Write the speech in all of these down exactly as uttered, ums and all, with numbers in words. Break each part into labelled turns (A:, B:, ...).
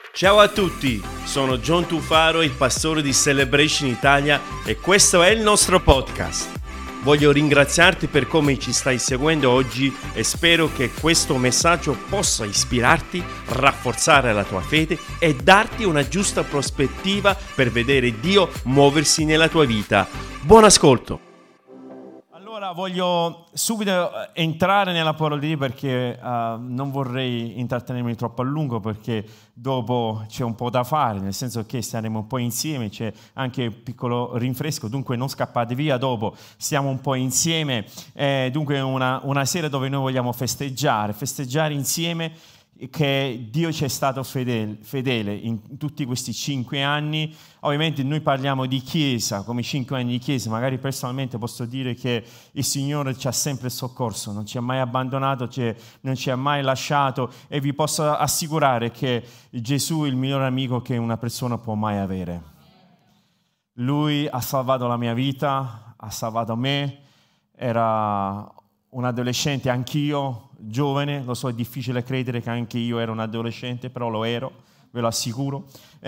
A: Ciao a tutti, sono John Tufaro, il pastore di Celebration Italia e questo è il nostro podcast. Voglio ringraziarti per come ci stai seguendo oggi e spero che questo messaggio possa ispirarti, rafforzare la tua fede e darti una giusta prospettiva per vedere Dio muoversi nella tua vita. Buon ascolto!
B: Allora voglio subito entrare nella parola di Dio perché uh, non vorrei intrattenermi troppo a lungo perché dopo c'è un po' da fare, nel senso che staremo un po' insieme, c'è anche un piccolo rinfresco, dunque non scappate via dopo, stiamo un po' insieme, eh, dunque è una, una sera dove noi vogliamo festeggiare, festeggiare insieme che Dio ci è stato fedele, fedele in tutti questi cinque anni. Ovviamente noi parliamo di Chiesa, come cinque anni di Chiesa, magari personalmente posso dire che il Signore ci ha sempre soccorso, non ci ha mai abbandonato, non ci ha mai lasciato e vi posso assicurare che Gesù è il miglior amico che una persona può mai avere. Lui ha salvato la mia vita, ha salvato me, era un adolescente anch'io, giovane, lo so è difficile credere che anche io ero un adolescente, però lo ero, ve lo assicuro,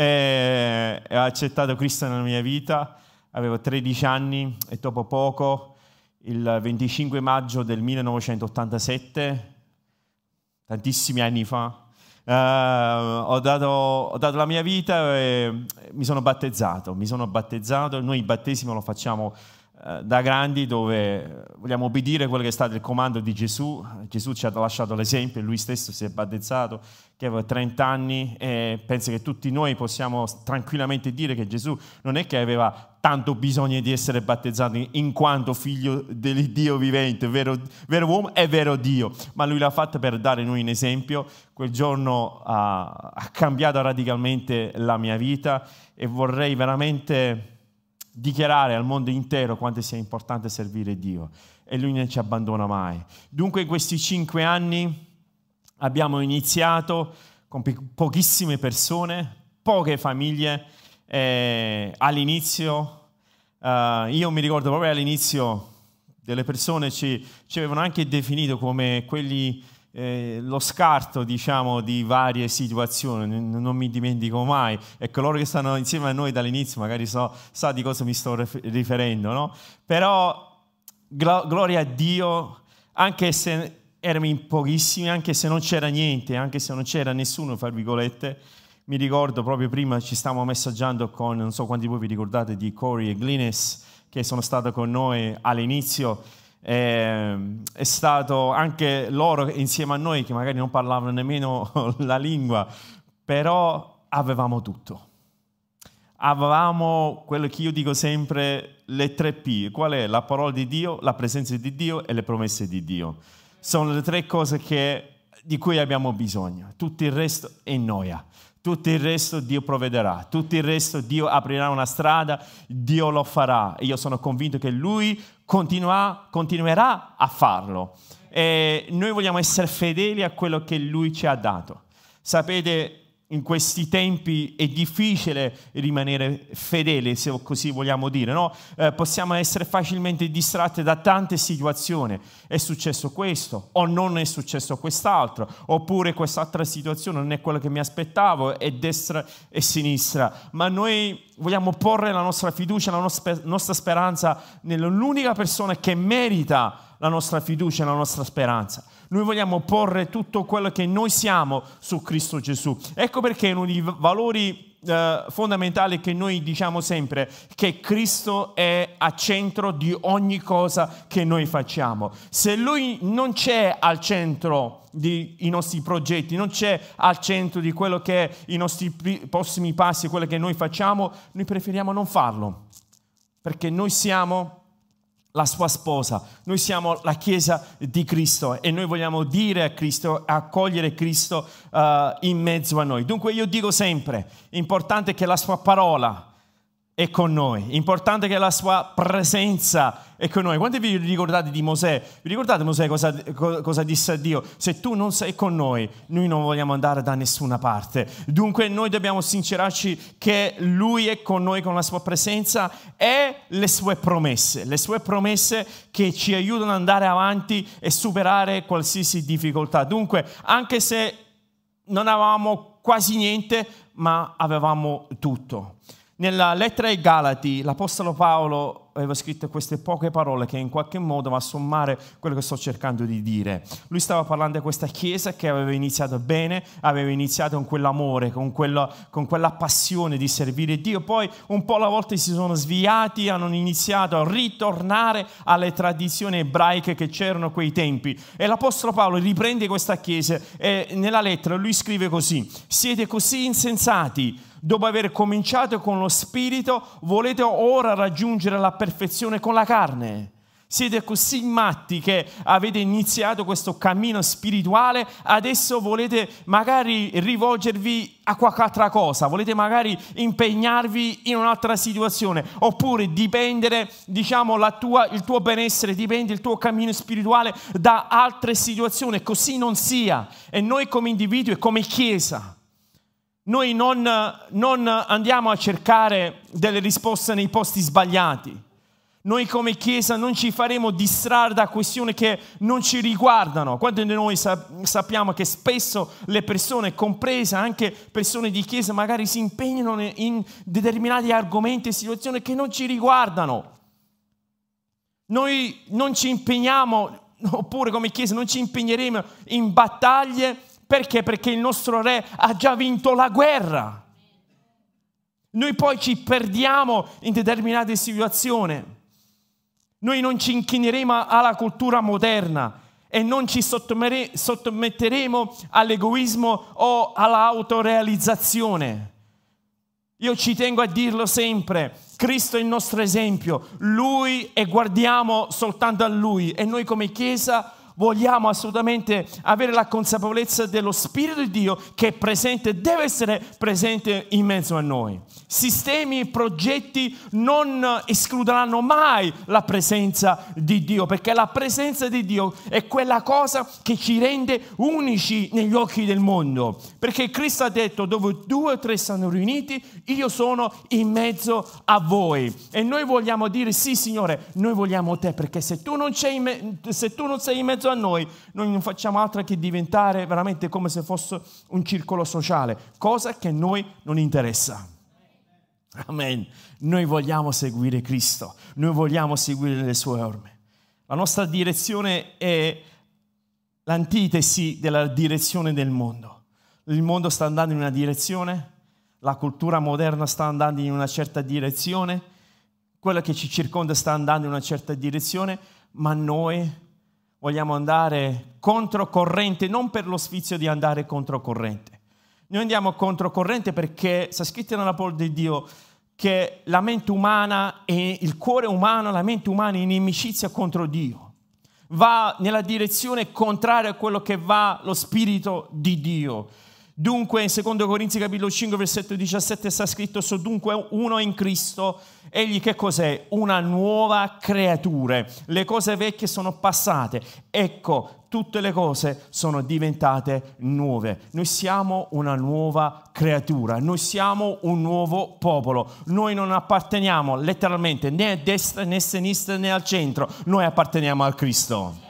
B: e ho accettato Cristo nella mia vita, avevo tredici anni e dopo poco, il venticinque maggio del millenovecentottantasette, tantissimi anni fa, Uh, ho, dato, ho dato la mia vita e mi sono battezzato, mi sono battezzato, noi il battesimo lo facciamo uh, da grandi dove vogliamo obbedire quello che è stato il comando di Gesù. Gesù ci ha lasciato l'esempio, lui stesso si è battezzato, che aveva trenta anni e penso che tutti noi possiamo tranquillamente dire che Gesù non è che aveva tanto bisogno di essere battezzato in quanto figlio del Dio vivente, vero, vero uomo e vero Dio, ma lui l'ha fatto per dare noi un esempio. Quel giorno ha, ha cambiato radicalmente la mia vita e vorrei veramente dichiarare al mondo intero quanto sia importante servire Dio e lui non ci abbandona mai. Dunque in questi cinque anni abbiamo iniziato con pochissime persone, poche famiglie. Eh, all'inizio, uh, io mi ricordo proprio all'inizio delle persone ci, ci avevano anche definito come quelli, eh, lo scarto diciamo di varie situazioni, non, non mi dimentico mai, e coloro che stanno insieme a noi dall'inizio magari so, sa di cosa mi sto riferendo, no? Però glo- gloria a Dio, anche se erano in pochissimi, anche se non c'era niente, anche se non c'era nessuno, fra virgolette. Mi ricordo proprio prima ci stavamo messaggiando con, non so quanti di voi vi ricordate di Corey e Glynis che sono stati con noi all'inizio, eh, è stato anche loro insieme a noi che magari non parlavano nemmeno la lingua, però avevamo tutto. Avevamo quello che io dico sempre, le tre P, qual è? La parola di Dio, la presenza di Dio e le promesse di Dio. Sono le tre cose che, di cui abbiamo bisogno, tutto il resto è noia. Tutto il resto Dio provvederà, tutto il resto Dio aprirà una strada, Dio lo farà e io sono convinto che Lui continua, continuerà a farlo e noi vogliamo essere fedeli a quello che Lui ci ha dato. Sapete, in questi tempi è difficile rimanere fedeli, se così vogliamo dire, no? Eh, possiamo essere facilmente distratti da tante situazioni. È successo questo, o non è successo quest'altro, oppure quest'altra situazione non è quello che mi aspettavo, è destra e sinistra. Ma noi vogliamo porre la nostra fiducia, la nostra, nostra speranza nell'unica persona che merita la nostra fiducia e la nostra speranza. Noi vogliamo porre tutto quello che noi siamo su Cristo Gesù. Ecco perché uno dei valori eh, fondamentali che noi diciamo sempre, che Cristo è a centro di ogni cosa che noi facciamo. Se Lui non c'è al centro dei nostri progetti, non c'è al centro di quello che è i nostri prossimi passi, quello che noi facciamo, noi preferiamo non farlo. Perché noi siamo la sua sposa, noi siamo la Chiesa di Cristo e noi vogliamo dire a Cristo, accogliere Cristo uh, in mezzo a noi. Dunque io dico sempre, è importante che la sua parola è con noi, è importante che la sua presenza è con noi. Quando vi ricordate di Mosè? Vi ricordate Mosè cosa, cosa disse a Dio? Se tu non sei con noi, noi non vogliamo andare da nessuna parte. Dunque noi dobbiamo sincerarci che Lui è con noi con la sua presenza e le sue promesse, le sue promesse che ci aiutano ad andare avanti e superare qualsiasi difficoltà. Dunque, anche se non avevamo quasi niente, ma avevamo tutto. Nella lettera ai Galati, l'Apostolo Paolo aveva scritto queste poche parole che in qualche modo va a sommare quello che sto cercando di dire. Lui stava parlando di questa chiesa che aveva iniziato bene, aveva iniziato con quell'amore, con quella, con quella passione di servire Dio, poi un po' alla volta si sono sviati, hanno iniziato a ritornare alle tradizioni ebraiche che c'erano a quei tempi. E l'Apostolo Paolo riprende questa chiesa e nella lettera lui scrive così: siete così insensati. Dopo aver cominciato con lo spirito, volete ora raggiungere la perfezione con la carne. Siete così matti che avete iniziato questo cammino spirituale, adesso volete magari rivolgervi a qualche altra cosa, volete magari impegnarvi in un'altra situazione, oppure dipendere, diciamo, la tua, il tuo benessere, dipende il tuo cammino spirituale da altre situazioni. Così non sia. E noi come individui e come Chiesa, noi non, non andiamo a cercare delle risposte nei posti sbagliati. Noi come Chiesa non ci faremo distrarre da questioni che non ci riguardano. Quando noi sappiamo che spesso le persone, comprese anche persone di Chiesa, magari si impegnano in determinati argomenti e situazioni che non ci riguardano. Noi non ci impegniamo, oppure come Chiesa non ci impegneremo in battaglie. Perché? Perché il nostro re ha già vinto la guerra. Noi poi ci perdiamo in determinate situazioni. Noi non ci inchineremo alla cultura moderna e non ci sottometteremo all'egoismo o all'autorealizzazione. Io ci tengo a dirlo sempre, Cristo è il nostro esempio, Lui, e guardiamo soltanto a Lui, e noi come Chiesa vogliamo assolutamente avere la consapevolezza dello Spirito di Dio che è presente, deve essere presente in mezzo a noi. Sistemi e progetti non escluderanno mai la presenza di Dio, perché la presenza di Dio è quella cosa che ci rende unici negli occhi del mondo. Perché Cristo ha detto: dove due o tre sono riuniti, io sono in mezzo a voi. E noi vogliamo dire: sì, Signore, noi vogliamo te, perché se tu non, sei in me- se tu non sei in mezzo a noi, noi non facciamo altro che diventare veramente come se fosse un circolo sociale, cosa che a noi non interessa. Amen. Noi vogliamo seguire Cristo, noi vogliamo seguire le sue orme. La nostra direzione è l'antitesi della direzione del mondo. Il mondo sta andando in una direzione, la cultura moderna sta andando in una certa direzione, quella che ci circonda sta andando in una certa direzione, ma noi vogliamo andare controcorrente, non per lo sfizio di andare controcorrente. Noi andiamo controcorrente perché sta scritto nella parola di Dio che la mente umana e il cuore umano, la mente umana è in inimicizia contro Dio. Va nella direzione contraria a quello che va lo Spirito di Dio. Dunque in secondo Corinzi capitolo cinque versetto diciassette sta scritto: so dunque uno in Cristo, egli che cos'è? Una nuova creatura. Le cose vecchie sono passate, ecco, tutte le cose sono diventate nuove. Noi siamo una nuova creatura, noi siamo un nuovo popolo. Noi non apparteniamo letteralmente né a destra né a sinistra né al centro, noi apparteniamo al Cristo.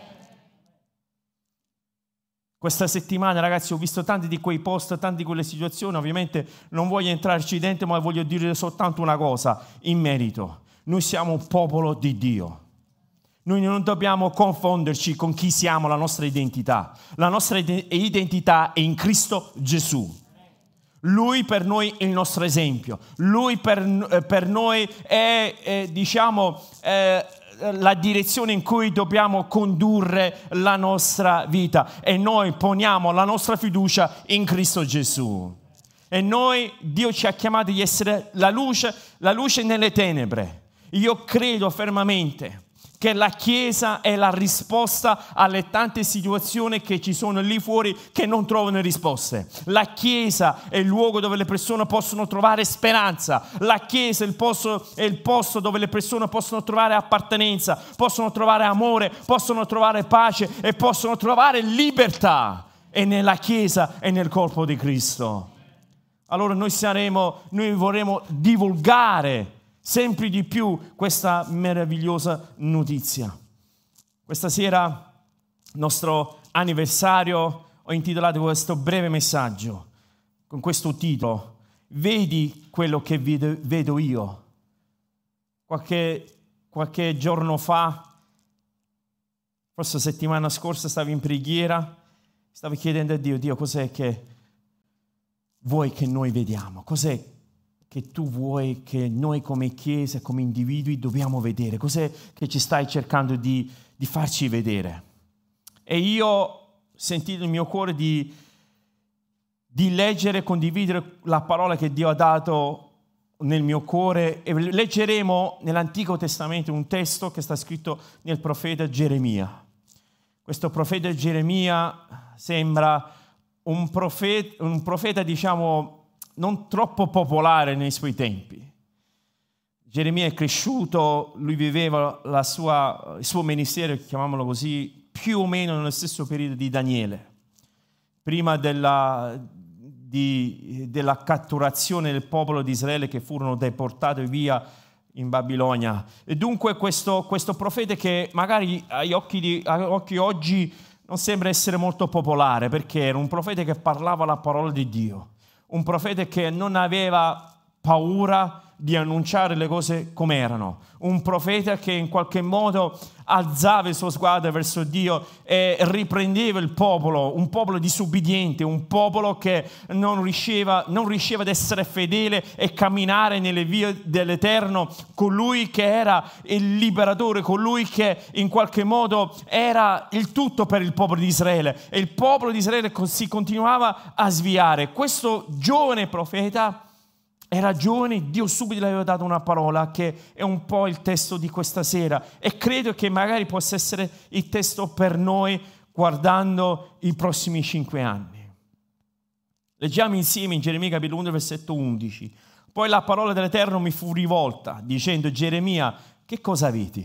B: Questa settimana, ragazzi, ho visto tanti di quei post, tante di quelle situazioni. Ovviamente non voglio entrarci dentro, ma voglio dire soltanto una cosa in merito. Noi siamo un popolo di Dio. Noi non dobbiamo confonderci con chi siamo, la nostra identità. La nostra identità è in Cristo Gesù. Lui per noi è il nostro esempio. Lui per, per noi è, è diciamo... È, la direzione in cui dobbiamo condurre la nostra vita, e noi poniamo la nostra fiducia in Cristo Gesù. E noi, Dio ci ha chiamati di essere la luce, la luce nelle tenebre. Io credo fermamente che la Chiesa è la risposta alle tante situazioni che ci sono lì fuori che non trovano risposte. La Chiesa è il luogo dove le persone possono trovare speranza. La Chiesa è il posto, è il posto dove le persone possono trovare appartenenza, possono trovare amore, possono trovare pace e possono trovare libertà. E nella Chiesa e nel corpo di Cristo. Allora noi saremo, noi vorremmo divulgare sempre di più questa meravigliosa notizia. Questa sera, nostro anniversario, ho intitolato questo breve messaggio con questo titolo: vedi quello che vedo, vedo io. Qualche, qualche giorno fa, forse la settimana scorsa, stavo in preghiera, stavo chiedendo a Dio, Dio, cos'è che vuoi che noi vediamo? Cos'è che tu vuoi che noi come Chiesa, come individui dobbiamo vedere? Cos'è che ci stai cercando di, di farci vedere? E io ho sentito nel mio cuore di, di leggere e condividere la parola che Dio ha dato nel mio cuore, e leggeremo nell'Antico Testamento un testo che sta scritto nel profeta Geremia. Questo profeta Geremia sembra un profeta, un profeta diciamo non troppo popolare nei suoi tempi. Geremia è cresciuto, lui viveva la sua, il suo ministero, chiamiamolo così, più o meno nello stesso periodo di Daniele, prima della, di, della catturazione del popolo di Israele che furono deportati via in Babilonia. E dunque questo, questo profeta che magari agli occhi, di, agli occhi oggi non sembra essere molto popolare, perché era un profeta che parlava la parola di Dio, un profeta che non aveva paura di annunciare le cose come erano, un profeta che in qualche modo alzava il suo sguardo verso Dio e riprendeva il popolo, un popolo disubbidiente, un popolo che non riusciva, non riusciva ad essere fedele e camminare nelle vie dell'Eterno, colui che era il liberatore, colui che in qualche modo era il tutto per il popolo di Israele, e il popolo di Israele si continuava a sviare. Questo giovane profeta era giovane, Dio subito le aveva dato una parola che è un po' il testo di questa sera, e credo che magari possa essere il testo per noi guardando i prossimi cinque anni. Leggiamo insieme in Geremia capitolo uno versetto undici. Poi la parola dell'Eterno mi fu rivolta dicendo: Geremia, che cosa vedi?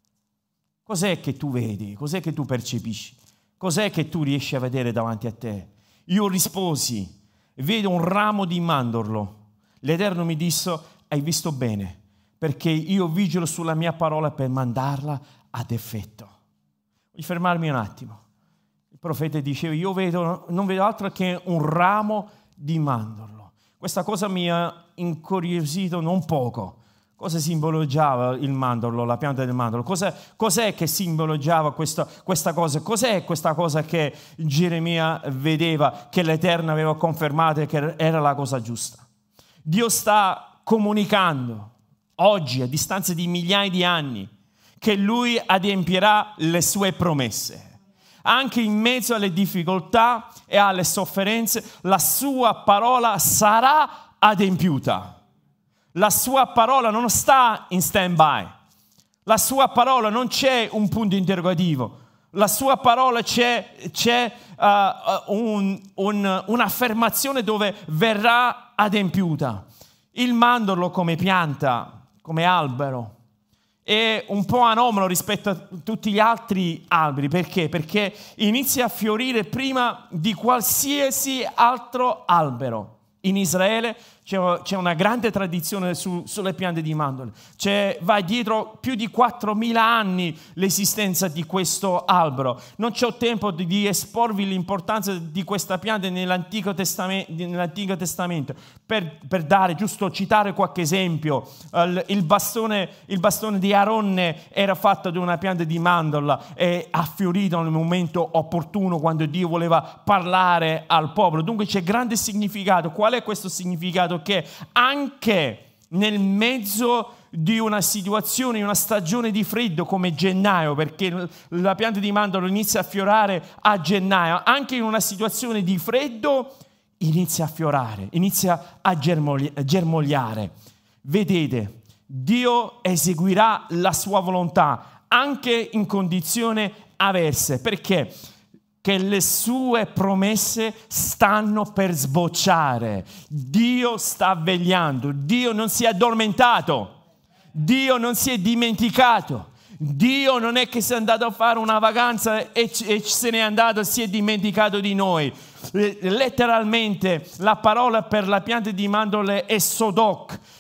B: Cos'è che tu vedi? Cos'è che tu percepisci? Cos'è che tu riesci a vedere davanti a te? Io risposi: vedo un ramo di mandorlo. L'Eterno mi disse: hai visto bene, perché io vigilo sulla mia parola per mandarla ad effetto. Voglio fermarmi un attimo. Il profeta diceva: io vedo, non vedo altro che un ramo di mandorlo. Questa cosa mi ha incuriosito non poco. Cosa simboleggiava il mandorlo, la pianta del mandorlo? Cos'è, cos'è che simboleggiava questa, questa cosa? Cos'è questa cosa che Geremia vedeva, che l'Eterno aveva confermato e che era la cosa giusta? Dio sta comunicando oggi, a distanza di migliaia di anni, che Lui adempierà le sue promesse. Anche in mezzo alle difficoltà e alle sofferenze, la sua parola sarà adempiuta. La sua parola non sta in stand-by. La sua parola non c'è un punto interrogativo. La sua parola c'è, c'è uh, un, un, un'affermazione dove verrà adempiuta. Il mandorlo come pianta, come albero, è un po' anomalo rispetto a tutti gli altri alberi. Perché? Perché inizia a fiorire prima di qualsiasi altro albero. In Israele c'è, c'è una grande tradizione su, sulle piante di mandorle. C'è, va dietro più di quattromila anni l'esistenza di questo albero. Non c'ho tempo di, di esporvi l'importanza di questa pianta nell'Antico Testamento, nell'Antico Testamento. Per, per dare, giusto citare qualche esempio, il, il, bastone, il bastone di Aronne era fatto di una pianta di mandorla e ha fiorito nel momento opportuno, quando Dio voleva parlare al popolo. Dunque c'è grande significato. Qual è questo significato? Che anche nel mezzo di una situazione, una stagione di freddo come gennaio, perché la pianta di mandorlo inizia a fiorare a gennaio, anche in una situazione di freddo inizia a fiorare, inizia a germogliare. Vedete, Dio eseguirà la sua volontà anche in condizioni avverse. Perché? Che le sue promesse stanno per sbocciare. Dio sta vegliando. Dio non si è addormentato. Dio non si è dimenticato. Dio non è che si è andato a fare una vacanza e, e se n'è andato, si è dimenticato di noi. Letteralmente la parola per la pianta di mandorle è sodoc,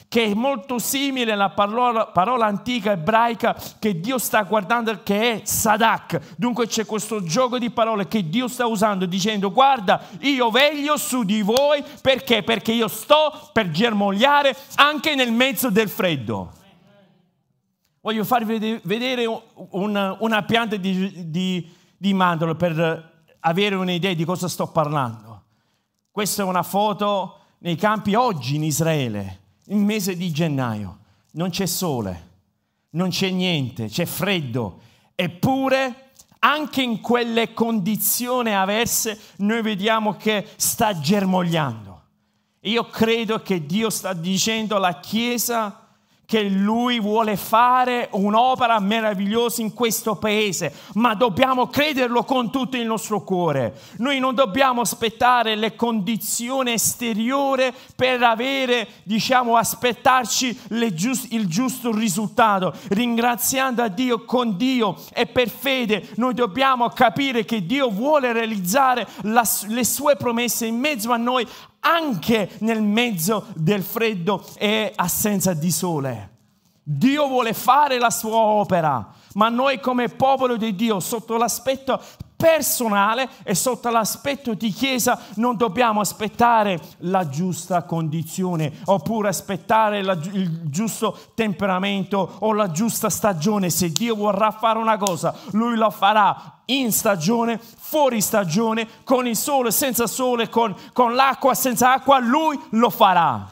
B: che è molto simile alla parola, parola antica ebraica che Dio sta guardando, che è Sadak. Dunque c'è questo gioco di parole che Dio sta usando dicendo: guarda, io veglio su di voi, perché? Perché io sto per germogliare anche nel mezzo del freddo. Voglio farvi vedere una, una pianta di, di, di mandorlo per avere un'idea di cosa sto parlando. Questa è una foto nei campi oggi in Israele, il mese di gennaio. Non c'è sole, non c'è niente, c'è freddo. Eppure, anche in quelle condizioni avverse, noi vediamo che sta germogliando. Io credo che Dio sta dicendo alla Chiesa che Lui vuole fare un'opera meravigliosa in questo paese, ma dobbiamo crederlo con tutto il nostro cuore. Noi non dobbiamo aspettare le condizioni esteriori per avere, diciamo, aspettarci le giust- il giusto risultato. Ringraziando a Dio, con Dio e per fede, noi dobbiamo capire che Dio vuole realizzare la, le sue promesse in mezzo a noi, anche nel mezzo del freddo e assenza di sole. Dio vuole fare la sua opera, ma noi come popolo di Dio, sotto l'aspetto personale e sotto l'aspetto di Chiesa, non dobbiamo aspettare la giusta condizione, oppure aspettare la, il giusto temperamento o la giusta stagione. Se Dio vorrà fare una cosa, Lui lo farà in stagione, fuori stagione, con il sole, senza sole, con, con l'acqua, senza acqua, Lui lo farà.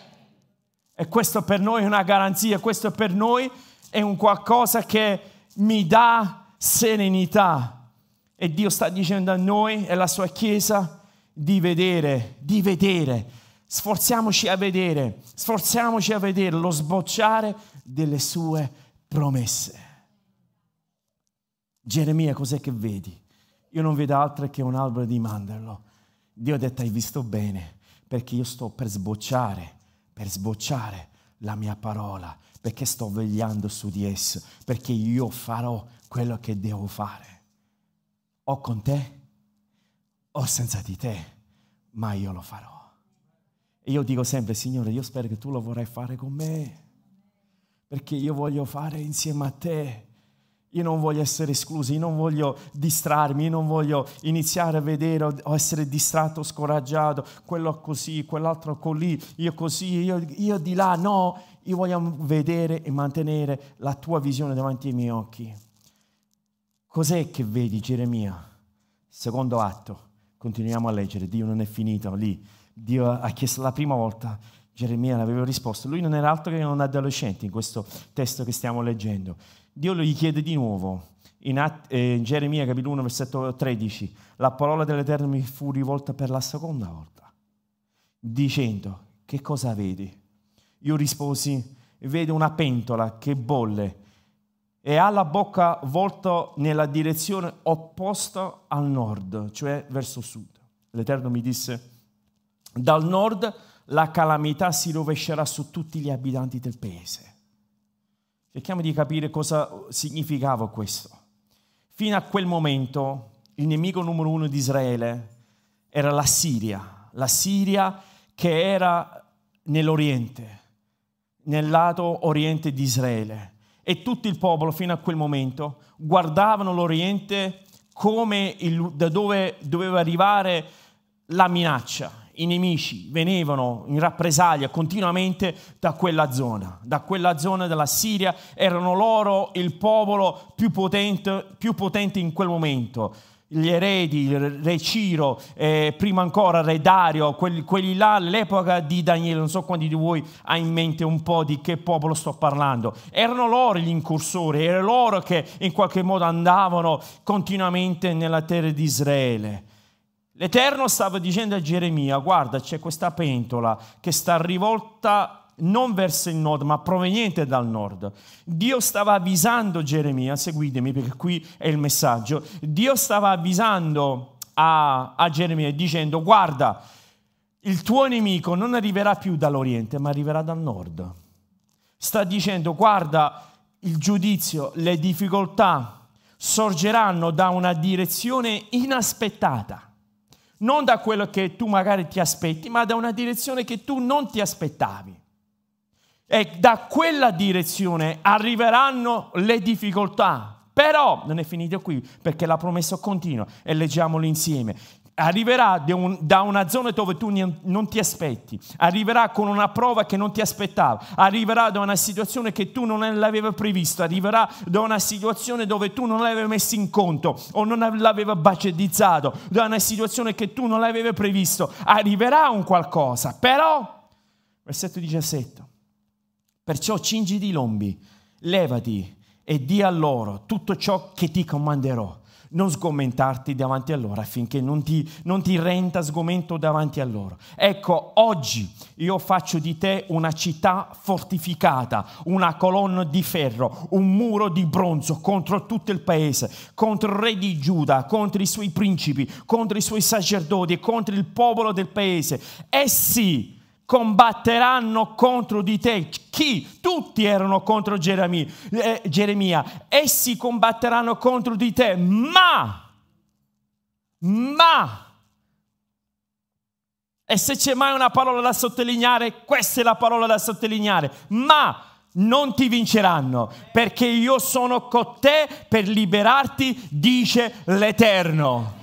B: E questo per noi è una garanzia, questo per noi è un qualcosa che mi dà serenità. E Dio sta dicendo a noi e alla sua Chiesa di vedere, di vedere, sforziamoci a vedere, sforziamoci a vedere lo sbocciare delle sue promesse. Geremia, cos'è che vedi? Io non vedo altro che un albero di mandorlo. Dio ha detto: hai visto bene, perché io sto per sbocciare, per sbocciare la mia parola, perché sto vegliando su di esso, perché io farò quello che devo fare. O con te, o senza di te, ma io lo farò. E io dico sempre: Signore, io spero che tu lo vorrai fare con me, perché io voglio fare insieme a te. Io non voglio essere escluso, io non voglio distrarmi, io non voglio iniziare a vedere o essere distratto, scoraggiato, quello così, quell'altro così, io così, io, io di là. No, io voglio vedere e mantenere la tua visione davanti ai miei occhi. Cos'è che vedi, Geremia? Secondo atto, continuiamo a leggere, Dio non è finito lì. Dio ha chiesto la prima volta, Geremia aveva risposto. Lui non era altro che un adolescente in questo testo che stiamo leggendo. Dio gli chiede di nuovo, in, At- eh, in Geremia capitolo uno, versetto tredici, la parola dell'Eterno mi fu rivolta per la seconda volta, dicendo: che cosa vedi? Io risposi: vedo una pentola che bolle e ha la bocca volta nella direzione opposta al nord, cioè verso sud. L'Eterno mi disse: dal nord la calamità si rovescerà su tutti gli abitanti del paese. Cerchiamo di capire cosa significava questo. Fino a quel momento il nemico numero uno di Israele era la Siria, la Siria che era nell'Oriente, nel lato oriente di Israele. E tutto il popolo fino a quel momento guardavano l'Oriente come il, da dove doveva arrivare la minaccia. I nemici venivano in rappresaglia continuamente da quella zona, da quella zona della Siria. Erano loro il popolo più potente, più potente in quel momento. Gli eredi, il re Ciro, eh, prima ancora re Dario, quelli, quelli là all'epoca di Daniele. Non so quanti di voi ha in mente un po' di che popolo sto parlando. Erano loro gli incursori, erano loro che in qualche modo andavano continuamente nella terra di Israele. L'Eterno stava dicendo a Geremia: guarda, c'è questa pentola che sta rivolta non verso il nord, ma proveniente dal nord. Dio stava avvisando Geremia, seguitemi perché qui è il messaggio. Dio stava avvisando a, a Geremia dicendo: guarda, il tuo nemico non arriverà più dall'oriente, ma arriverà dal nord. Sta dicendo: guarda, il giudizio, le difficoltà sorgeranno da una direzione inaspettata. Non da quello che tu magari ti aspetti, ma da una direzione che tu non ti aspettavi. E da quella direzione arriveranno le difficoltà. Però non è finito qui, perché la promessa continua e leggiamolo insieme. Arriverà da, un, da una zona dove tu non ti aspetti, arriverà con una prova che non ti aspettavi, arriverà da una situazione che tu non l'avevi prevista, arriverà da una situazione dove tu non l'avevi messo in conto o non l'avevi budgetizzato, da una situazione che tu non l'avevi previsto. Arriverà un qualcosa, però, versetto diciassette, perciò cingiti i lombi, levati e di a loro tutto ciò che ti comanderò. Non sgomentarti davanti a loro affinché non ti, non ti renda sgomento davanti a loro. Ecco, oggi io faccio di te una città fortificata, una colonna di ferro, un muro di bronzo contro tutto il paese, contro il re di Giuda, contro i suoi principi, contro i suoi sacerdoti e contro il popolo del paese. Essi combatteranno contro di te. Chi? Tutti erano contro Geremia. Eh, Geremia. Essi combatteranno contro di te, ma, ma, e se c'è mai una parola da sottolineare, questa è la parola da sottolineare, ma non ti vinceranno, perché io sono con te per liberarti, dice l'Eterno.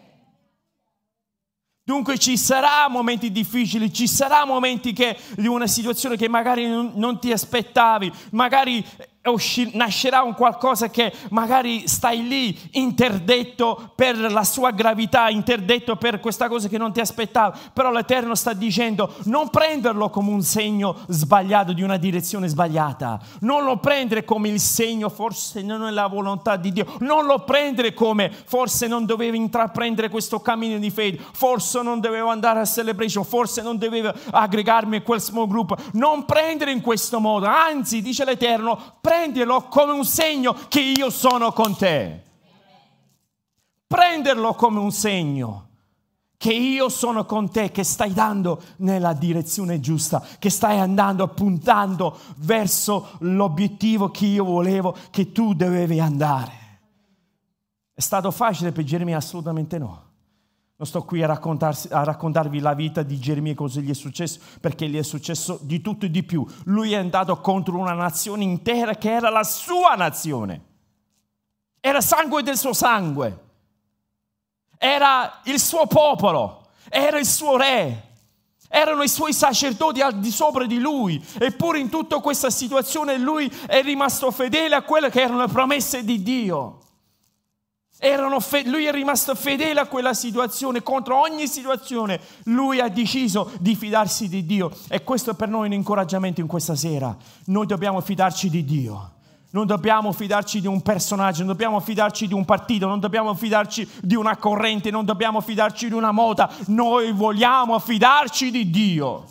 B: Dunque ci sarà momenti difficili, ci sarà momenti che, di una situazione che magari non, non ti aspettavi, magari uscir, nascerà un qualcosa che magari stai lì interdetto per la sua gravità, interdetto per questa cosa che non ti aspettavi, però l'Eterno sta dicendo non prenderlo come un segno sbagliato di una direzione sbagliata, non lo prendere come il segno forse non è la volontà di Dio, non lo prendere come forse non dovevi intraprendere questo cammino di fede, forse non dovevo andare a Celebration, forse non dovevo aggregarmi a quel small group, non prendere in questo modo, anzi dice l'Eterno prenderlo come un segno che io sono con te. Prenderlo come un segno che io sono con te, che stai dando nella direzione giusta, che stai andando, puntando verso l'obiettivo che io volevo, che tu dovevi andare. È stato facile per Geremia? Assolutamente no. Non sto qui a, a raccontarvi la vita di Geremia, cosa gli è successo, perché gli è successo di tutto e di più. Lui è andato contro una nazione intera che era la sua nazione. Era sangue del suo sangue. Era il suo popolo. Era il suo re. Erano i suoi sacerdoti al di sopra di lui. Eppure in tutta questa situazione lui è rimasto fedele a quelle che erano le promesse di Dio. Erano fe- lui è rimasto fedele a quella situazione, contro ogni situazione lui ha deciso di fidarsi di Dio, e questo è per noi un incoraggiamento in questa sera. Noi dobbiamo fidarci di Dio, non dobbiamo fidarci di un personaggio, non dobbiamo fidarci di un partito, non dobbiamo fidarci di una corrente, non dobbiamo fidarci di una moda, noi vogliamo fidarci di Dio.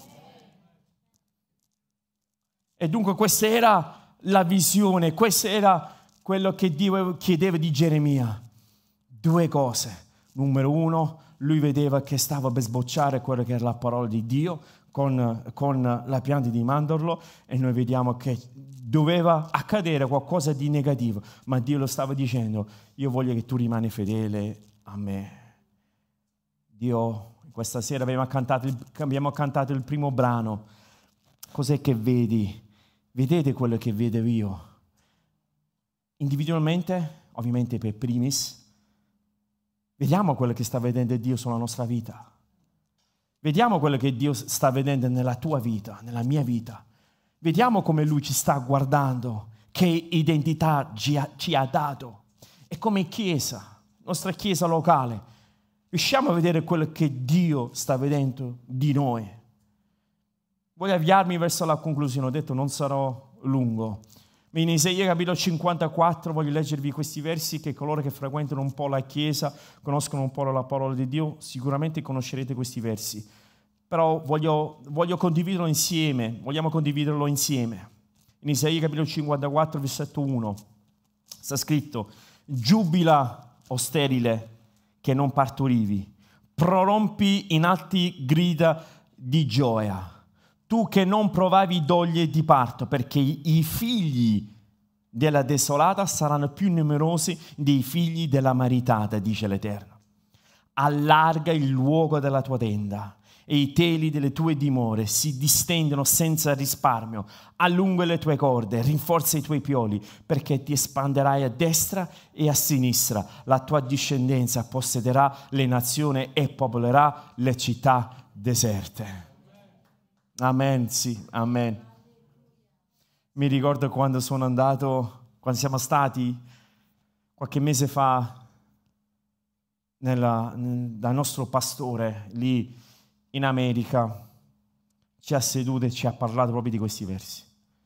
B: E dunque questa era la visione, questo era quello che Dio chiedeva di Geremia. Due cose. Numero uno, lui vedeva che stava per sbocciare quello che era la parola di Dio con, con la pianta di mandorlo, e noi vediamo che doveva accadere qualcosa di negativo, ma Dio lo stava dicendo: io voglio che tu rimani fedele a me. Dio, questa sera abbiamo cantato, abbiamo cantato il primo brano. Cos'è che vedi? Vedete quello che vedo io? Individualmente, ovviamente per primis, vediamo quello che sta vedendo Dio sulla nostra vita. Vediamo quello che Dio sta vedendo nella tua vita, nella mia vita. Vediamo come Lui ci sta guardando, che identità ci ha, ci ha dato. E come Chiesa, nostra Chiesa locale, riusciamo a vedere quello che Dio sta vedendo di noi. Voglio avviarmi verso la conclusione, ho detto non sarò lungo. In Isaia capitolo cinquantaquattro voglio leggervi questi versi che coloro che frequentano un po' la Chiesa, conoscono un po' la parola di Dio, sicuramente conoscerete questi versi. Però voglio, voglio condividerlo insieme, vogliamo condividerlo insieme. In Isaia capitolo cinquantaquattro, versetto uno, sta scritto: giubila, o sterile, che non partorivi, prorompi in alti grida di gioia. Tu che non provavi doglie di parto, perché i figli della desolata saranno più numerosi dei figli della maritata, dice l'Eterno. Allarga il luogo della tua tenda e i teli delle tue dimore si distendono senza risparmio. Allunga le tue corde, rinforza i tuoi pioli, perché ti espanderai a destra e a sinistra. La tua discendenza possederà le nazioni e popolerà le città deserte. Amen, sì, amen. Mi ricordo quando sono andato, quando siamo stati qualche mese fa nella, dal nostro pastore lì in America, ci ha seduto e ci ha parlato proprio di questi versi.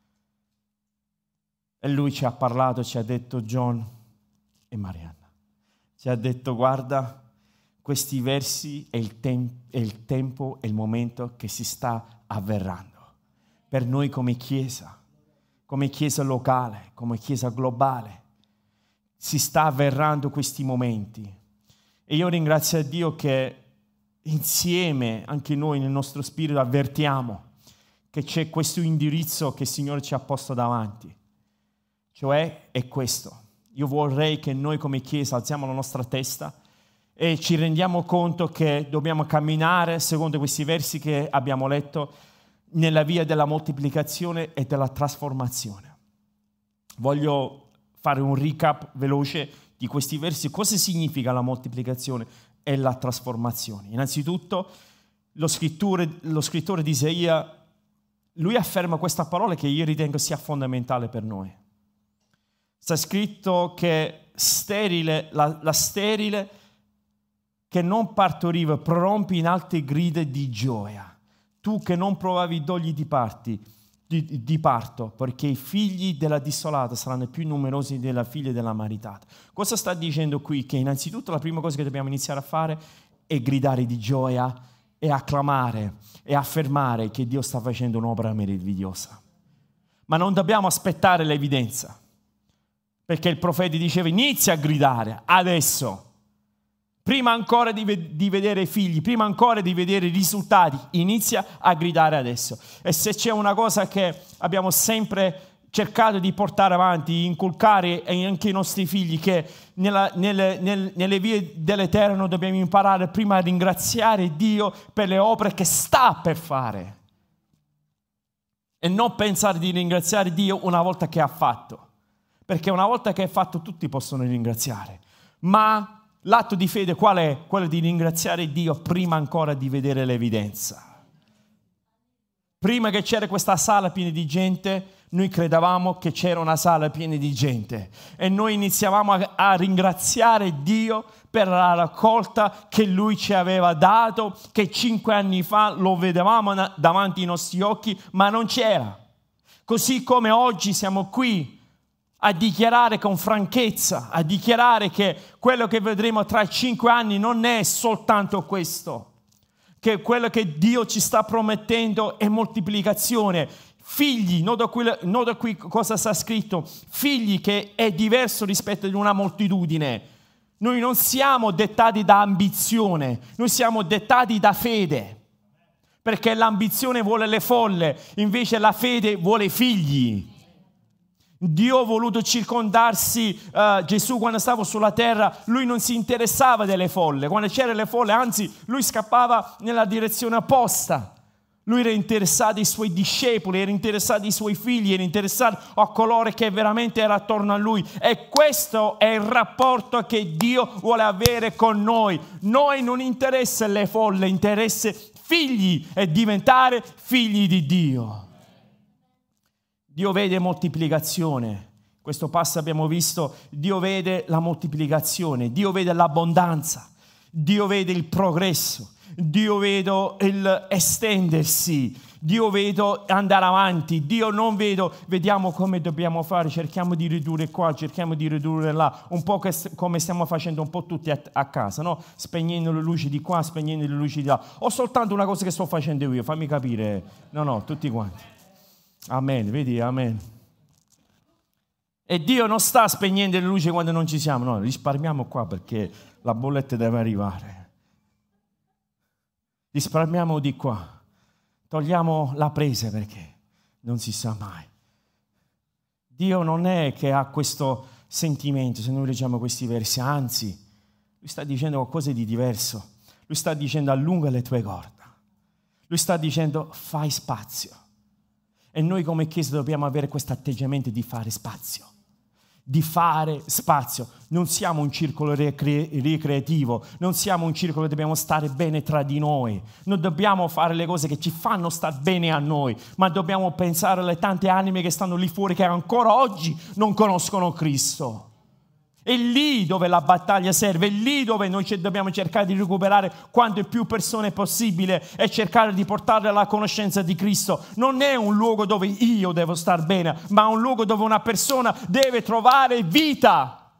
B: E lui ci ha parlato, ci ha detto, John e Marianna, ci ha detto, guarda, questi versi è il, tem- è il tempo, è il momento che si sta avverando. Per noi come Chiesa, come Chiesa locale, come Chiesa globale, si sta avverando questi momenti. E io ringrazio a Dio che insieme, anche noi nel nostro spirito, avvertiamo che c'è questo indirizzo che il Signore ci ha posto davanti. Cioè è questo. Io vorrei che noi come Chiesa alziamo la nostra testa e ci rendiamo conto che dobbiamo camminare secondo questi versi che abbiamo letto nella via della moltiplicazione e della trasformazione. Voglio fare un recap veloce di questi versi. Cosa significa la moltiplicazione e la trasformazione? Innanzitutto lo scrittore, lo scrittore di Isaia, lui afferma questa parola che io ritengo sia fondamentale per noi. Sta scritto che sterile, la, la sterile che non partoriva prorompi in alte grida di gioia. Tu che non provavi dogli di, parti, di, di parto, perché i figli della dissolata saranno più numerosi della figlia della maritata. Cosa sta dicendo qui? Che innanzitutto la prima cosa che dobbiamo iniziare a fare è gridare di gioia e acclamare e affermare che Dio sta facendo un'opera meravigliosa. Ma non dobbiamo aspettare l'evidenza, perché il profeta diceva inizia a gridare adesso. Prima ancora di, ve- di vedere i figli, prima ancora di vedere i risultati, inizia a gridare adesso. E se c'è una cosa che abbiamo sempre cercato di portare avanti, inculcare anche i nostri figli, che nella, nelle, nel, nelle vie dell'Eterno dobbiamo imparare prima a ringraziare Dio per le opere che sta per fare. E non pensare di ringraziare Dio una volta che ha fatto. Perché una volta che è fatto tutti possono ringraziare. Ma l'atto di fede qual è? Quello di ringraziare Dio prima ancora di vedere l'evidenza. Prima che c'era questa sala piena di gente, noi credevamo che c'era una sala piena di gente e noi iniziavamo a, a ringraziare Dio per la raccolta che Lui ci aveva dato, che cinque anni fa lo vedevamo na- davanti ai nostri occhi, ma non c'era. Così come oggi siamo qui a dichiarare con franchezza, a dichiarare che quello che vedremo tra cinque anni non è soltanto questo, che quello che Dio ci sta promettendo è moltiplicazione. Figli, nota qui, nota qui cosa sta scritto, figli, che è diverso rispetto ad una moltitudine. Noi non siamo dettati da ambizione, noi siamo dettati da fede, perché l'ambizione vuole le folle, invece la fede vuole figli. Dio ha voluto circondarsi, uh, Gesù quando stava sulla terra, lui non si interessava delle folle, quando c'erano le folle, anzi lui scappava nella direzione opposta. Lui era interessato ai suoi discepoli, era interessato ai suoi figli, era interessato a coloro che veramente erano attorno a lui. E questo è il rapporto che Dio vuole avere con noi. Noi non interessa le folle, interessa figli e diventare figli di Dio. Dio vede moltiplicazione. Questo passo abbiamo visto, Dio vede la moltiplicazione, Dio vede l'abbondanza, Dio vede il progresso, Dio vede il estendersi, Dio vede andare avanti, Dio non vede, vediamo come dobbiamo fare, cerchiamo di ridurre qua, cerchiamo di ridurre là, un po' che, come stiamo facendo un po' tutti a, a casa, no? Spegnendo le luci di qua, spegnendo le luci di là. O soltanto una cosa che sto facendo io, fammi capire. No, no, tutti quanti. Amen, vedi, amen. E Dio non sta spegnendo le luci quando non ci siamo, no, risparmiamo qua perché la bolletta deve arrivare. Risparmiamo di qua, togliamo la presa perché non si sa mai. Dio non è che ha questo sentimento, se noi leggiamo questi versi, anzi, Lui sta dicendo qualcosa di diverso. Lui sta dicendo allunga le tue corda, Lui sta dicendo fai spazio. E noi come Chiesa dobbiamo avere questo atteggiamento di fare spazio. Di fare spazio. Non siamo un circolo ricre- ricreativo, non siamo un circolo che dobbiamo stare bene tra di noi. Non dobbiamo fare le cose che ci fanno star bene a noi, ma dobbiamo pensare alle tante anime che stanno lì fuori che ancora oggi non conoscono Cristo. È lì dove la battaglia serve, è lì dove noi dobbiamo cercare di recuperare quante più persone possibile e cercare di portarle alla conoscenza di Cristo. Non è un luogo dove io devo star bene, ma un luogo dove una persona deve trovare vita.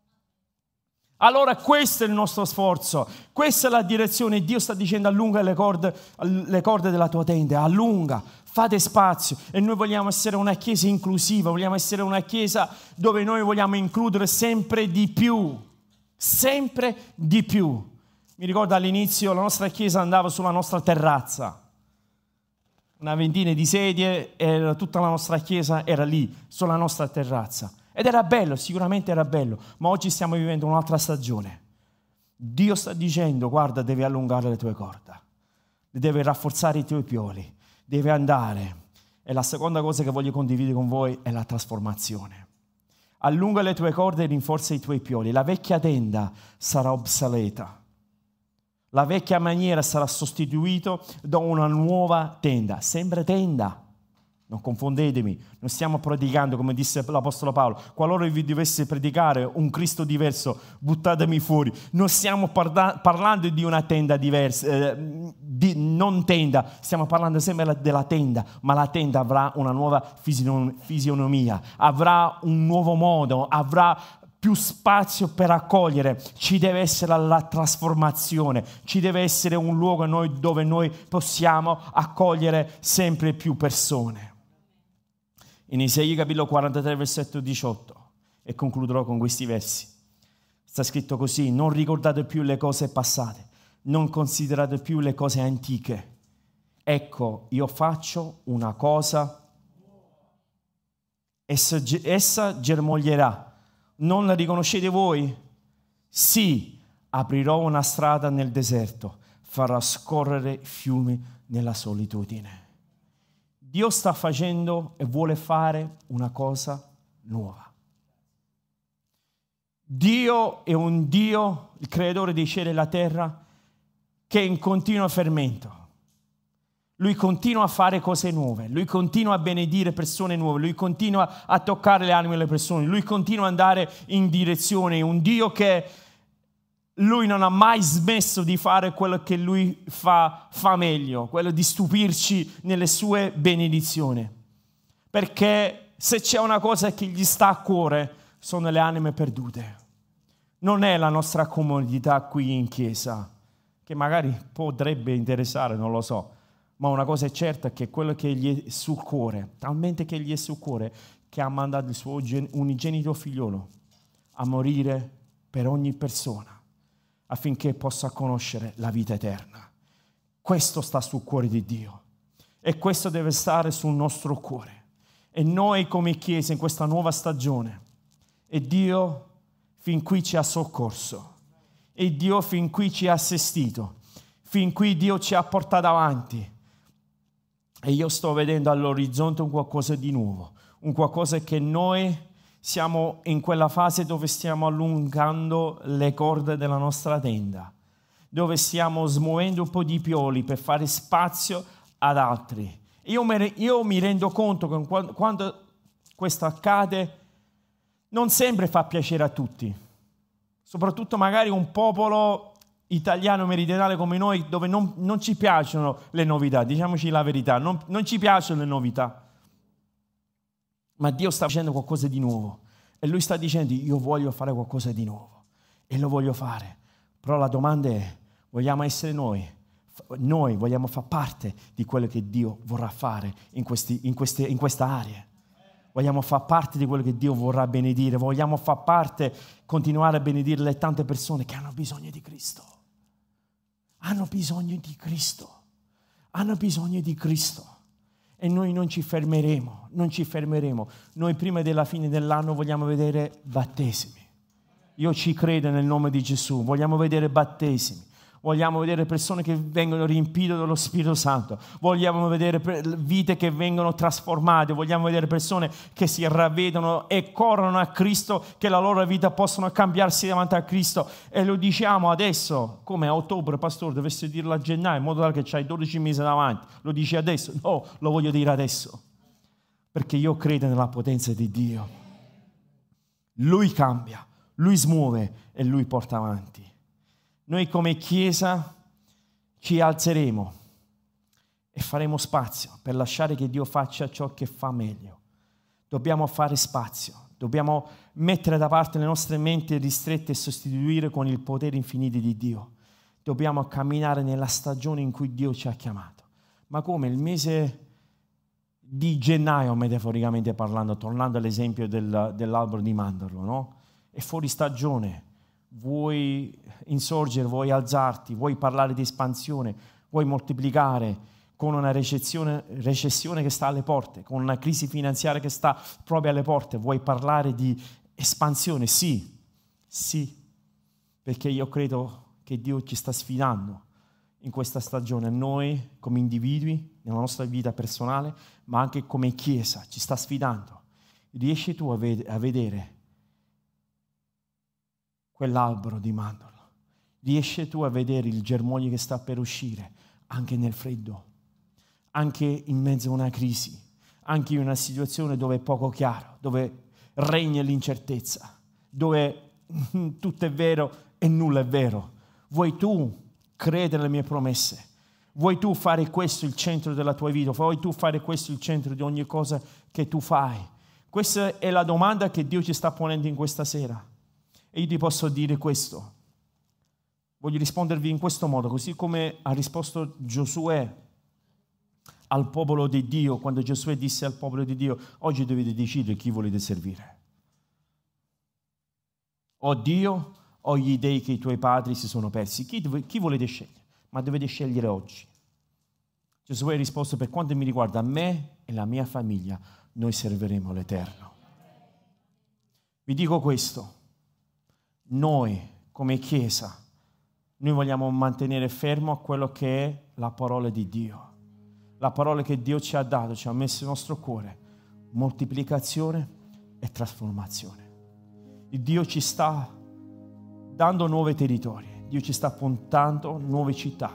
B: Allora questo è il nostro sforzo, questa è la direzione. Dio sta dicendo allunga le corde, le corde della tua tenda, allunga. Fate spazio, e noi vogliamo essere una chiesa inclusiva, vogliamo essere una chiesa dove noi vogliamo includere sempre di più, sempre di più. Mi ricordo all'inizio la nostra chiesa andava sulla nostra terrazza, una ventina di sedie e tutta la nostra chiesa era lì, sulla nostra terrazza. Ed era bello, sicuramente era bello, ma oggi stiamo vivendo un'altra stagione. Dio sta dicendo, guarda, devi allungare le tue corde, devi rafforzare i tuoi pioli. Deve andare. E la seconda cosa che voglio condividere con voi è la trasformazione. Allunga le tue corde e rinforza i tuoi pioli. La vecchia tenda sarà obsoleta. La vecchia maniera sarà sostituita da una nuova tenda. Sempre tenda. Non confondetemi, non stiamo predicando, come disse l'Apostolo Paolo, qualora vi dovesse predicare un Cristo diverso, buttatemi fuori. Non stiamo parla- parlando di una tenda diversa, eh, di, non tenda, stiamo parlando sempre della tenda, ma la tenda avrà una nuova fisionomia, avrà un nuovo modo, avrà più spazio per accogliere. Ci deve essere la trasformazione, ci deve essere un luogo noi dove noi possiamo accogliere sempre più persone. In Isaia capitolo quarantatré versetto diciotto, e concluderò con questi versi, sta scritto così: non ricordate più le cose passate, non considerate più le cose antiche. Ecco, io faccio una cosa, essa, essa germoglierà. Non la riconoscete voi? Sì, aprirò una strada nel deserto, farò scorrere fiumi nella solitudine. Dio sta facendo e vuole fare una cosa nuova. Dio è un Dio, il creatore dei cieli e della terra, che è in continuo fermento. Lui continua a fare cose nuove, lui continua a benedire persone nuove, lui continua a toccare le anime delle persone, lui continua ad andare in direzione. È un Dio che lui non ha mai smesso di fare quello che lui fa, fa meglio, quello di stupirci nelle sue benedizioni. Perché se c'è una cosa che gli sta a cuore, sono le anime perdute. Non è la nostra comodità qui in chiesa, che magari potrebbe interessare, non lo so, ma una cosa è certa, è che quello che gli è sul cuore, talmente che gli è sul cuore, che ha mandato il suo unigenito figliolo a morire per ogni persona, affinché possa conoscere la vita eterna. Questo sta sul cuore di Dio e questo deve stare sul nostro cuore. E noi come Chiesa in questa nuova stagione, e Dio fin qui ci ha soccorso, e Dio fin qui ci ha assistito, fin qui Dio ci ha portato avanti, e io sto vedendo all'orizzonte un qualcosa di nuovo, un qualcosa che noi siamo in quella fase dove stiamo allungando le corde della nostra tenda, dove stiamo smuovendo un po' di pioli per fare spazio ad altri. Io mi, io mi rendo conto che quando, quando questo accade non sempre fa piacere a tutti, soprattutto magari un popolo italiano meridionale come noi, dove non, non ci piacciono le novità, diciamoci la verità, non, non ci piacciono le novità. Ma Dio sta facendo qualcosa di nuovo e Lui sta dicendo io voglio fare qualcosa di nuovo e lo voglio fare. Però la domanda è, vogliamo essere noi? Noi vogliamo far parte di quello che Dio vorrà fare in, questi, in, queste, in questa area. Vogliamo far parte di quello che Dio vorrà benedire. Vogliamo far parte, continuare a benedire le tante persone che hanno bisogno di Cristo. Hanno bisogno di Cristo. Hanno bisogno di Cristo. E noi non ci fermeremo, non ci fermeremo. Noi prima della fine dell'anno vogliamo vedere battesimi. Io ci credo nel nome di Gesù. Vogliamo vedere battesimi. Vogliamo vedere persone che vengono riempite dello Spirito Santo. Vogliamo vedere vite che vengono trasformate. Vogliamo vedere persone che si ravvedono e corrono a Cristo, che la loro vita possono cambiarsi davanti a Cristo. E lo diciamo adesso, come a ottobre, pastore, dovresti dirlo a gennaio, in modo tale che c'hai dodici mesi davanti. Lo dici adesso? No, lo voglio dire adesso. Perché io credo nella potenza di Dio. Lui cambia, Lui smuove e Lui porta avanti. Noi come Chiesa ci alzeremo e faremo spazio per lasciare che Dio faccia ciò che fa meglio. Dobbiamo fare spazio, dobbiamo mettere da parte le nostre menti ristrette e sostituire con il potere infinito di Dio. Dobbiamo camminare nella stagione in cui Dio ci ha chiamato. Ma come il mese di gennaio, metaforicamente parlando, tornando all'esempio del, dell'albero di mandorlo, no? È fuori stagione. Vuoi insorgere, vuoi alzarti, vuoi parlare di espansione, vuoi moltiplicare con una recessione, recessione che sta alle porte, con una crisi finanziaria che sta proprio alle porte, vuoi parlare di espansione? Sì, sì, perché io credo che Dio ci sta sfidando in questa stagione, noi come individui, nella nostra vita personale, ma anche come Chiesa, ci sta sfidando. Riesci tu a, ved- a vedere quell'albero di mandorlo? Riesci tu a vedere il germoglio che sta per uscire anche nel freddo, anche in mezzo a una crisi, anche in una situazione dove è poco chiaro, dove regna l'incertezza, dove tutto è vero e nulla è vero? Vuoi tu credere alle mie promesse? Vuoi tu fare questo il centro della tua vita? Vuoi tu fare questo il centro di ogni cosa che tu fai? Questa è la domanda che Dio ci sta ponendo in questa sera. E io ti posso dire questo. Voglio rispondervi in questo modo, così come ha risposto Giosuè al popolo di Dio, quando Giosuè disse al popolo di Dio: oggi dovete decidere chi volete servire. O Dio o gli dei che i tuoi padri si sono persi. Chi, chi volete scegliere? Ma dovete scegliere oggi. Giosuè ha risposto: per quanto mi riguarda, a me e la mia famiglia, noi serviremo l'Eterno. Vi dico questo. Noi, come Chiesa, noi vogliamo mantenere fermo a quello che è la parola di Dio. La parola che Dio ci ha dato, ci ha messo nel nostro cuore. Moltiplicazione e trasformazione. Dio ci sta dando nuovi territori. Dio ci sta puntando nuove città.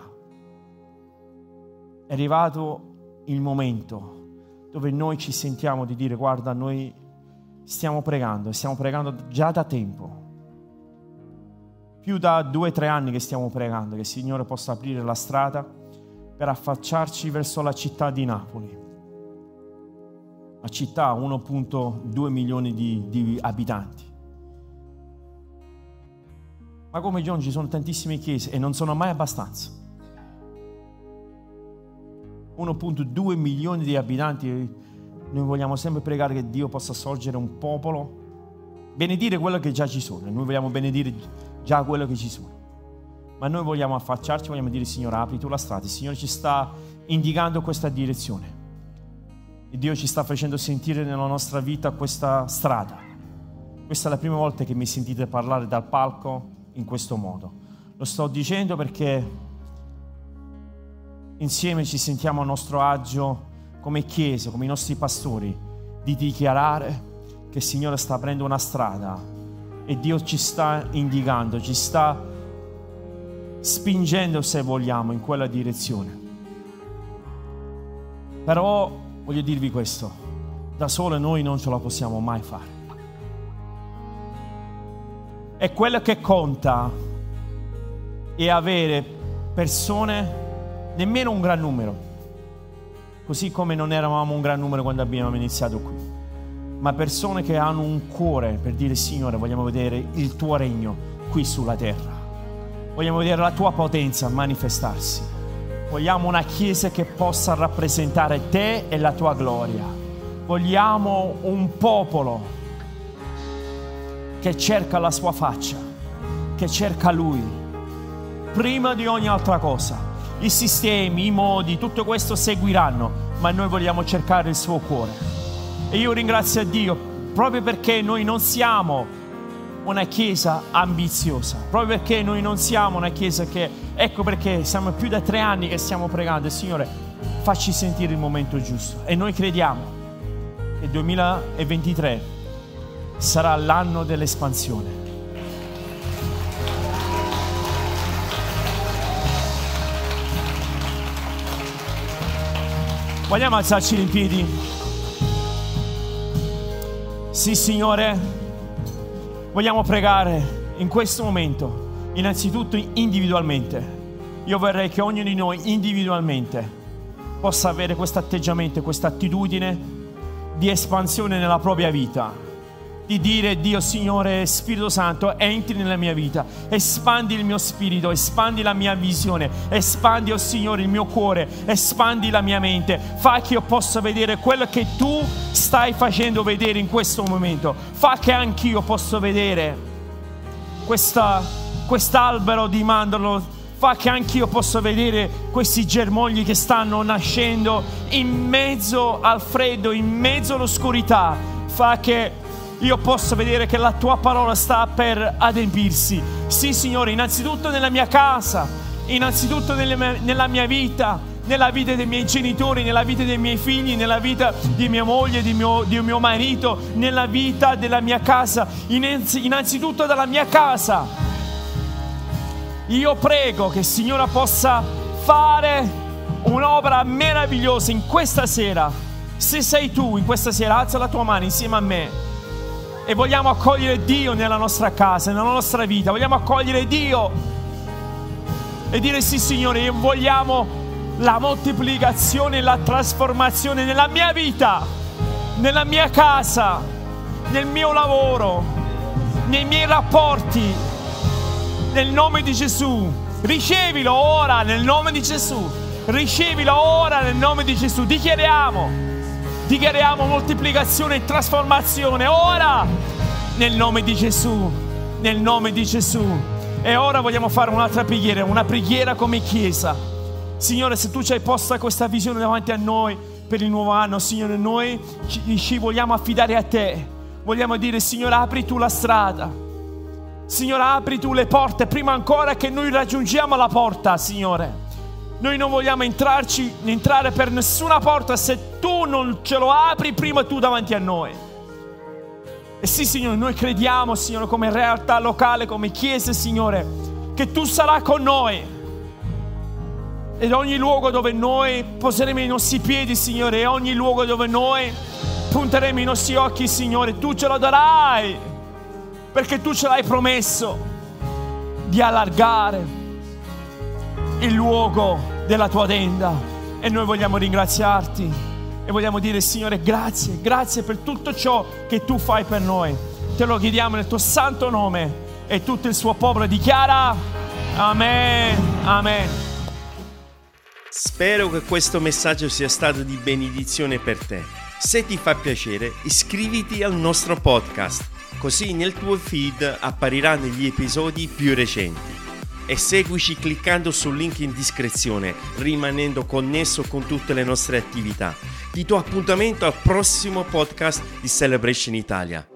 B: È arrivato il momento dove noi ci sentiamo di dire: guarda, noi stiamo pregando, stiamo pregando già da tempo. Più da due o tre anni che stiamo pregando che il Signore possa aprire la strada per affacciarci verso la città di Napoli. Una città uno virgola due milioni di, di abitanti. Ma come John, ci sono tantissime chiese e non sono mai abbastanza. uno virgola due milioni di abitanti. Noi vogliamo sempre pregare che Dio possa sorgere un popolo, benedire quello che già ci sono. Noi vogliamo benedire già quello che ci sono, ma noi vogliamo affacciarci, vogliamo dire: Signore, apri tu la strada. Il Signore ci sta indicando questa direzione e Dio ci sta facendo sentire nella nostra vita questa strada. Questa è la prima volta che mi sentite parlare dal palco in questo modo. Lo sto dicendo perché insieme ci sentiamo a nostro agio come Chiesa, come i nostri pastori, di dichiarare che il Signore sta aprendo una strada e Dio ci sta indicando, ci sta spingendo, se vogliamo, in quella direzione. Però voglio dirvi questo: da sole noi non ce la possiamo mai fare. E quello che conta è avere persone, nemmeno un gran numero, così come non eravamo un gran numero quando abbiamo iniziato qui, ma persone che hanno un cuore per dire: Signore, vogliamo vedere il tuo regno qui sulla terra, vogliamo vedere la tua potenza manifestarsi, vogliamo una chiesa che possa rappresentare te e la tua gloria, vogliamo un popolo che cerca la sua faccia, che cerca Lui prima di ogni altra cosa. I sistemi, i modi, tutto questo seguiranno, ma noi vogliamo cercare il suo cuore. E io ringrazio Dio proprio perché noi non siamo una chiesa ambiziosa, proprio perché noi non siamo una chiesa che, ecco perché siamo più da tre anni che stiamo pregando, Signore, facci sentire il momento giusto. E noi crediamo che il duemilaventitré sarà l'anno dell'espansione. Vogliamo alzarci in piedi? Sì, Signore. Vogliamo pregare in questo momento, innanzitutto individualmente. Io vorrei che ognuno di noi individualmente possa avere questo atteggiamento, questa attitudine di espansione nella propria vita. Di dire: Dio, Signore, Spirito Santo, entri nella mia vita, espandi il mio spirito, espandi la mia visione, espandi, oh Signore, il mio cuore, espandi la mia mente, fa che io possa vedere quello che tu stai facendo vedere in questo momento, fa che anch'io possa vedere questa, quest'albero di mandorlo, fa che anch'io possa vedere questi germogli che stanno nascendo in mezzo al freddo, in mezzo all'oscurità, fa che io posso vedere che la tua parola sta per adempirsi. Sì, Signore, innanzitutto nella mia casa, innanzitutto nelle, nella mia vita, nella vita dei miei genitori, nella vita dei miei figli, nella vita di mia moglie, di mio, di mio marito, nella vita della mia casa, innanzi, innanzitutto dalla mia casa. Io prego che il Signore possa fare un'opera meravigliosa in questa sera. Se sei tu in questa sera, alza la tua mano insieme a me. E vogliamo accogliere Dio nella nostra casa, nella nostra vita. Vogliamo accogliere Dio e dire: sì, Signore, vogliamo la moltiplicazione e la trasformazione nella mia vita, nella mia casa, nel mio lavoro, nei miei rapporti. Nel nome di Gesù. Ricevilo ora nel nome di Gesù. Ricevilo ora nel nome di Gesù. Dichiariamo. Dichiariamo moltiplicazione e trasformazione ora nel nome di Gesù, nel nome di Gesù. E ora vogliamo fare un'altra preghiera, una preghiera come Chiesa. Signore, se tu ci hai posta questa visione davanti a noi per il nuovo anno, Signore, noi ci, ci vogliamo affidare a te. Vogliamo dire: Signore, apri tu la strada. Signore, apri tu le porte prima ancora che noi raggiungiamo la porta, Signore. Noi non vogliamo entrarci, entrare per nessuna porta se tu non ce lo apri prima tu davanti a noi. E sì, Signore, noi crediamo, Signore, come realtà locale, come chiesa, Signore, che tu sarai con noi. Ed ogni luogo dove noi poseremo i nostri piedi, Signore, e ogni luogo dove noi punteremo i nostri occhi, Signore, tu ce lo darai, perché tu ce l'hai promesso di allargare il luogo della tua tenda. E noi vogliamo ringraziarti e vogliamo dire: Signore, grazie, grazie per tutto ciò che tu fai per noi. Te lo chiediamo nel tuo santo nome. E tutto il suo popolo dichiara: Amen, Amen.
A: Spero che questo messaggio sia stato di benedizione per te. Se ti fa piacere, iscriviti al nostro podcast, così nel tuo feed appariranno gli episodi più recenti. E seguici cliccando sul link in descrizione, rimanendo connesso con tutte le nostre attività. Ti do appuntamento al prossimo podcast di Celebration Italia.